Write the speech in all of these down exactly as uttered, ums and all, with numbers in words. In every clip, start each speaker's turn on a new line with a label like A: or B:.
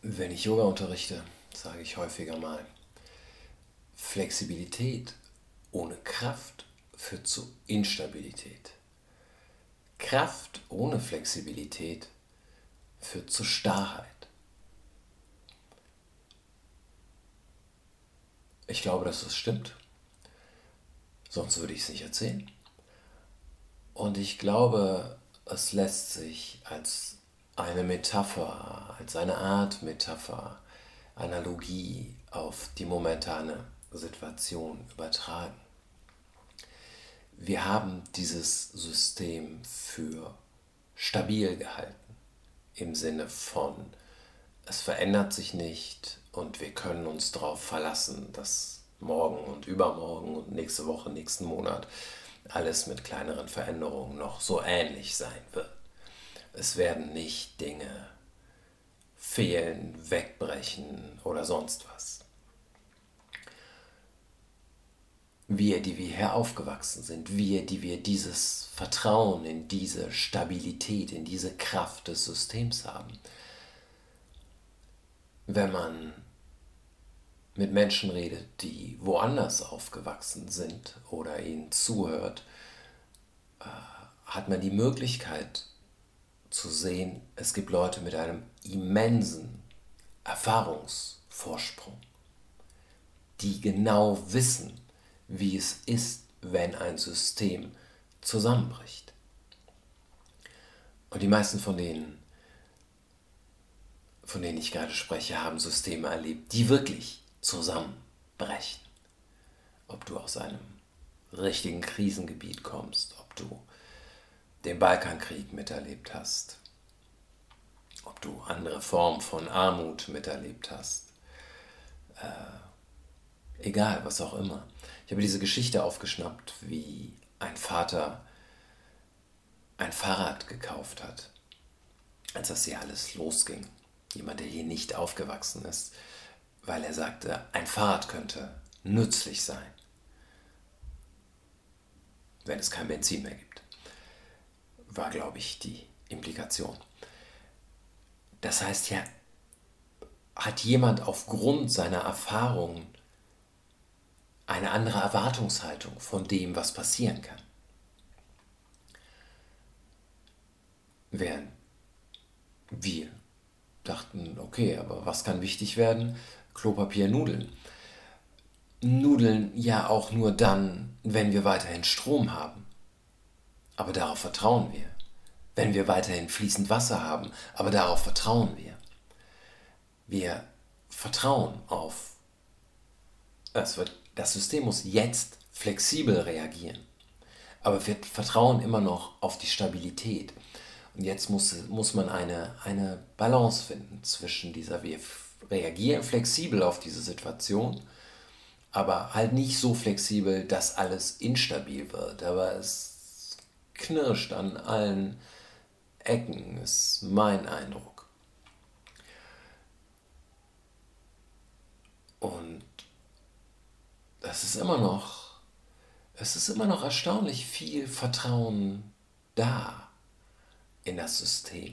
A: Wenn ich Yoga unterrichte, sage ich häufiger mal, Flexibilität ohne Kraft führt zu Instabilität. Kraft ohne Flexibilität führt zu Starrheit. Ich glaube, dass das stimmt, sonst würde ich es nicht erzählen. Und ich glaube, es lässt sich als eine Metapher, als eine Art Metapher, Analogie auf die momentane Situation übertragen. Wir haben dieses System für stabil gehalten, im Sinne von, es verändert sich nicht und wir können uns darauf verlassen, dass morgen und übermorgen und nächste Woche, nächsten Monat alles mit kleineren Veränderungen noch so ähnlich sein wird. Es werden nicht Dinge fehlen, wegbrechen oder sonst was. Wir, die wir hier aufgewachsen sind, wir, die wir dieses Vertrauen in diese Stabilität, in diese Kraft des Systems haben. Wenn man mit Menschen redet, die woanders aufgewachsen sind oder ihnen zuhört, hat man die Möglichkeit zu sehen, es gibt Leute mit einem immensen Erfahrungsvorsprung, die genau wissen, wie es ist, wenn ein System zusammenbricht. Und die meisten von denen, von denen ich gerade spreche, haben Systeme erlebt, die wirklich zusammenbrechen. Ob du aus einem richtigen Krisengebiet kommst, ob du den Balkankrieg miterlebt hast, ob du andere Formen von Armut miterlebt hast, äh, egal, was auch immer. Ich habe diese Geschichte aufgeschnappt, wie ein Vater ein Fahrrad gekauft hat, als das hier alles losging. Jemand, der hier nicht aufgewachsen ist, weil er sagte, ein Fahrrad könnte nützlich sein, wenn es kein Benzin mehr gibt. War, glaube ich, die Implikation. Das heißt ja, hat jemand aufgrund seiner Erfahrungen eine andere Erwartungshaltung von dem, was passieren kann. Während wir dachten, okay, aber was kann wichtig werden? Klopapier, Nudeln. Nudeln ja auch nur dann, wenn wir weiterhin Strom haben. Aber darauf vertrauen wir. Wenn wir weiterhin fließend Wasser haben, aber darauf vertrauen wir. Wir vertrauen auf, es wird, das System muss jetzt flexibel reagieren. Aber wir vertrauen immer noch auf die Stabilität. Und jetzt muss, muss man eine, eine Balance finden zwischen dieser, wir reagieren flexibel auf diese Situation, aber halt nicht so flexibel, dass alles instabil wird. Aber es knirscht an allen Ecken, ist mein Eindruck. Und es ist immer noch, es ist immer noch erstaunlich viel Vertrauen da in das System.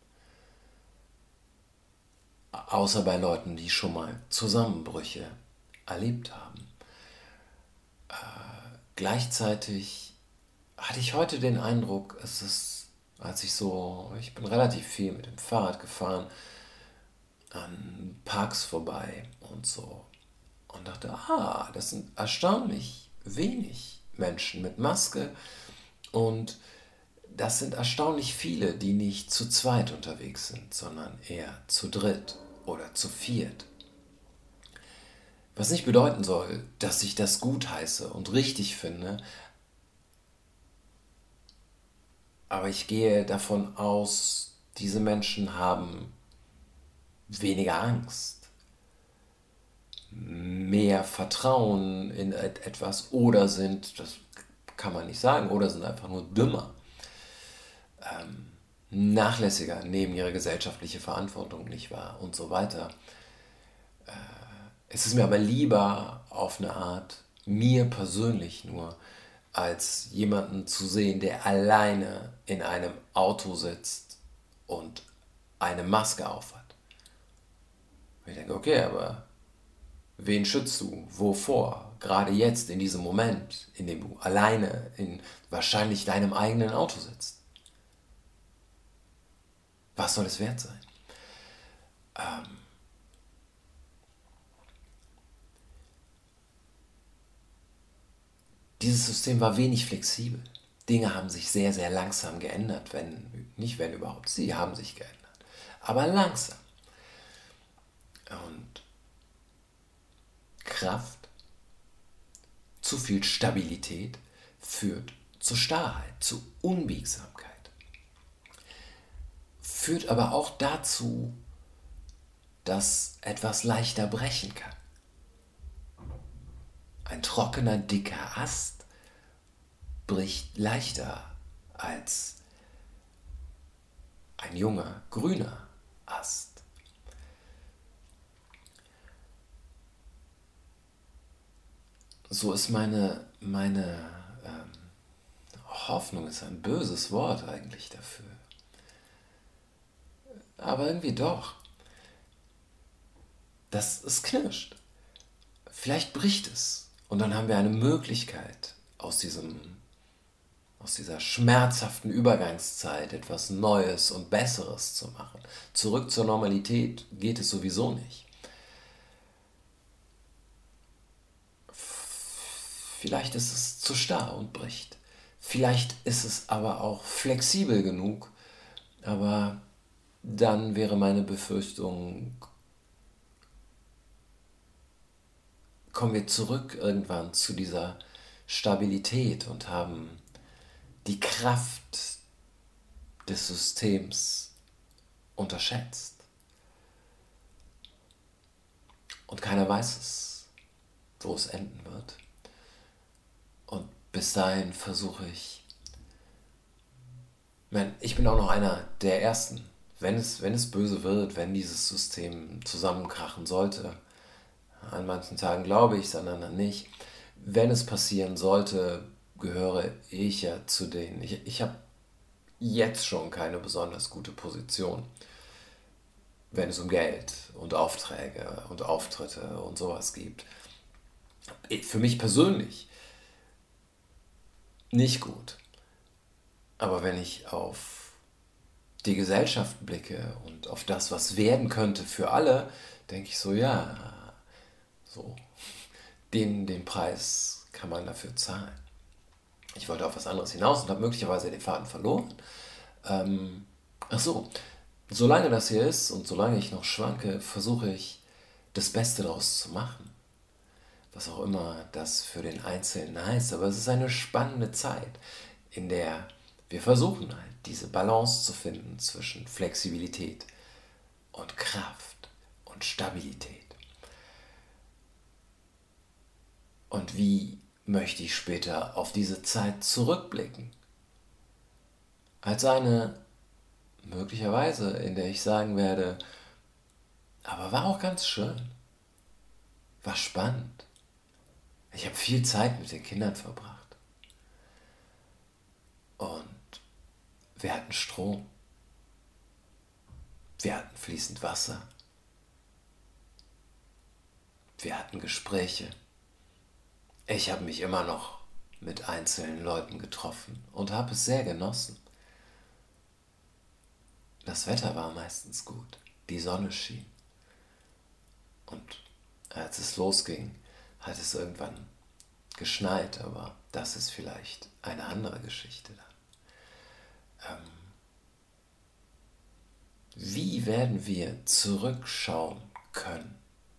A: Außer bei Leuten, die schon mal Zusammenbrüche erlebt haben. Äh, gleichzeitig hatte ich heute den Eindruck, es ist, als ich so, ich bin relativ viel mit dem Fahrrad gefahren, an Parks vorbei und so. Und dachte, ah, das sind erstaunlich wenig Menschen mit Maske und das sind erstaunlich viele, die nicht zu zweit unterwegs sind, sondern eher zu dritt oder zu viert. Was nicht bedeuten soll, dass ich das gutheiße und richtig finde, aber ich gehe davon aus, diese Menschen haben weniger Angst, mehr Vertrauen in etwas oder sind, das kann man nicht sagen, oder sind einfach nur dümmer, ähm, nachlässiger, nehmen ihre gesellschaftliche Verantwortung nicht wahr und so weiter. Äh, es ist mir aber lieber auf eine Art, mir persönlich nur, als jemanden zu sehen, der alleine in einem Auto sitzt und eine Maske aufhat. Ich denke, okay, aber wen schützt du? Wovor? Gerade jetzt, in diesem Moment, in dem du alleine in wahrscheinlich deinem eigenen Auto sitzt. Was soll es wert sein? Ähm, dieses System war wenig flexibel. Dinge haben sich sehr, sehr langsam geändert, wenn, nicht wenn überhaupt, sie haben sich geändert. Aber langsam. Und Kraft, zu viel Stabilität führt zu Starrheit, zu Unbiegsamkeit. Führt aber auch dazu, dass etwas leichter brechen kann. Ein trockener, dicker Ast bricht leichter als ein junger, grüner Ast. So ist meine, meine ähm, Hoffnung, ist ein böses Wort eigentlich dafür. Aber irgendwie doch. Dass es knirscht. Vielleicht bricht es. Und dann haben wir eine Möglichkeit, aus diesem, aus dieser schmerzhaften Übergangszeit etwas Neues und Besseres zu machen. Zurück zur Normalität geht es sowieso nicht. Vielleicht ist es zu starr und bricht. Vielleicht ist es aber auch flexibel genug. Aber dann wäre meine Befürchtung, kommen wir zurück irgendwann zu dieser Stabilität und haben die Kraft des Systems unterschätzt. Und keiner weiß es, wo es enden wird. Und bis dahin versuche ich, ich bin auch noch einer der Ersten, wenn es, wenn es böse wird, wenn dieses System zusammenkrachen sollte. An manchen Tagen glaube ich es, an anderen nicht. Wenn es passieren sollte, gehöre ich ja zu denen. Ich, ich habe jetzt schon keine besonders gute Position, wenn es um Geld und Aufträge und Auftritte und sowas geht. Für mich persönlich nicht gut. Aber wenn ich auf die Gesellschaft blicke und auf das, was werden könnte für alle, denke ich so, ja, so, den, den Preis kann man dafür zahlen. Ich wollte auf was anderes hinaus und habe möglicherweise den Faden verloren. Ähm, ach so, solange das hier ist und solange ich noch schwanke, versuche ich, das Beste daraus zu machen. Was auch immer das für den Einzelnen heißt. Aber es ist eine spannende Zeit, in der wir versuchen halt, diese Balance zu finden zwischen Flexibilität und Kraft und Stabilität. Und wie möchte ich später auf diese Zeit zurückblicken? Als eine, möglicherweise, in der ich sagen werde, aber war auch ganz schön, war spannend. Ich habe viel Zeit mit den Kindern verbracht. Und wir hatten Strom. Wir hatten fließend Wasser. Wir hatten Gespräche. Ich habe mich immer noch mit einzelnen Leuten getroffen und habe es sehr genossen. Das Wetter war meistens gut. Die Sonne schien. Und als es losging, hat es irgendwann geschneit, aber das ist vielleicht eine andere Geschichte dann. Ähm, wie werden wir zurückschauen können?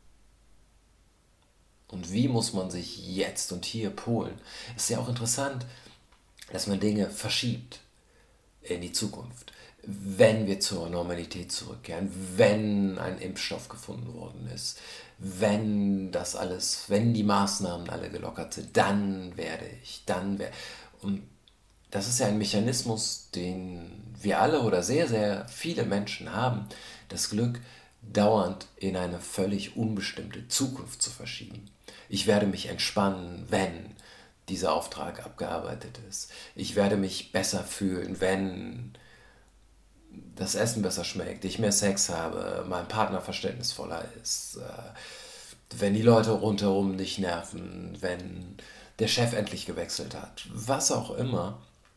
A: Und wie muss man sich jetzt und hier polen? Es ist ja auch interessant, dass man Dinge verschiebt in die Zukunft. Wenn wir zur Normalität zurückkehren, wenn ein Impfstoff gefunden worden ist, wenn das alles, wenn die Maßnahmen alle gelockert sind, dann werde ich, dann werde und das ist ja ein Mechanismus, den wir alle oder sehr, sehr viele Menschen haben, das Glück dauernd in eine völlig unbestimmte Zukunft zu verschieben. Ich werde mich entspannen, wenn dieser Auftrag abgearbeitet ist. Ich werde mich besser fühlen, wenn das Essen besser schmeckt, ich mehr Sex habe, mein Partner verständnisvoller ist, äh, wenn die Leute rundherum nicht nerven, wenn der Chef endlich gewechselt hat, was auch immer.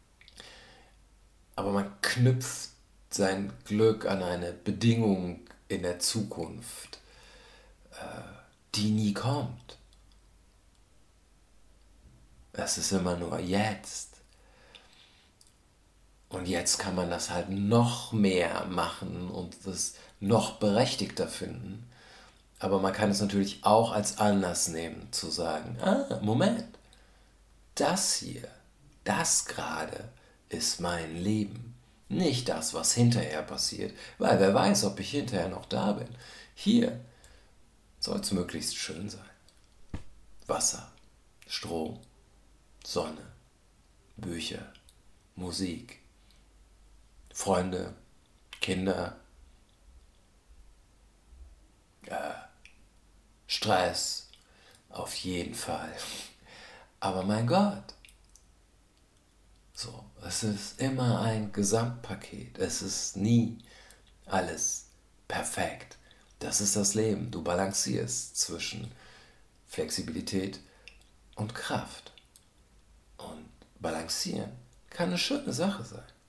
A: Aber man knüpft sein Glück an eine Bedingung in der Zukunft, die nie kommt. Es ist immer nur jetzt. Und jetzt kann man das halt noch mehr machen und das noch berechtigter finden. Aber man kann es natürlich auch als Anlass nehmen, zu sagen, ah, Moment, das hier, das gerade ist mein Leben. Nicht das, was hinterher passiert, weil wer weiß, ob ich hinterher noch da bin. Hier soll es möglichst schön sein. Wasser, Strom, Sonne, Bücher, Musik, Freunde, Kinder, Stress, auf jeden Fall. Aber mein Gott, so, es ist immer ein Gesamtpaket. Es ist nie alles perfekt. Das ist das Leben. Du balancierst zwischen Flexibilität und Kraft. Und balancieren kann eine schöne Sache sein.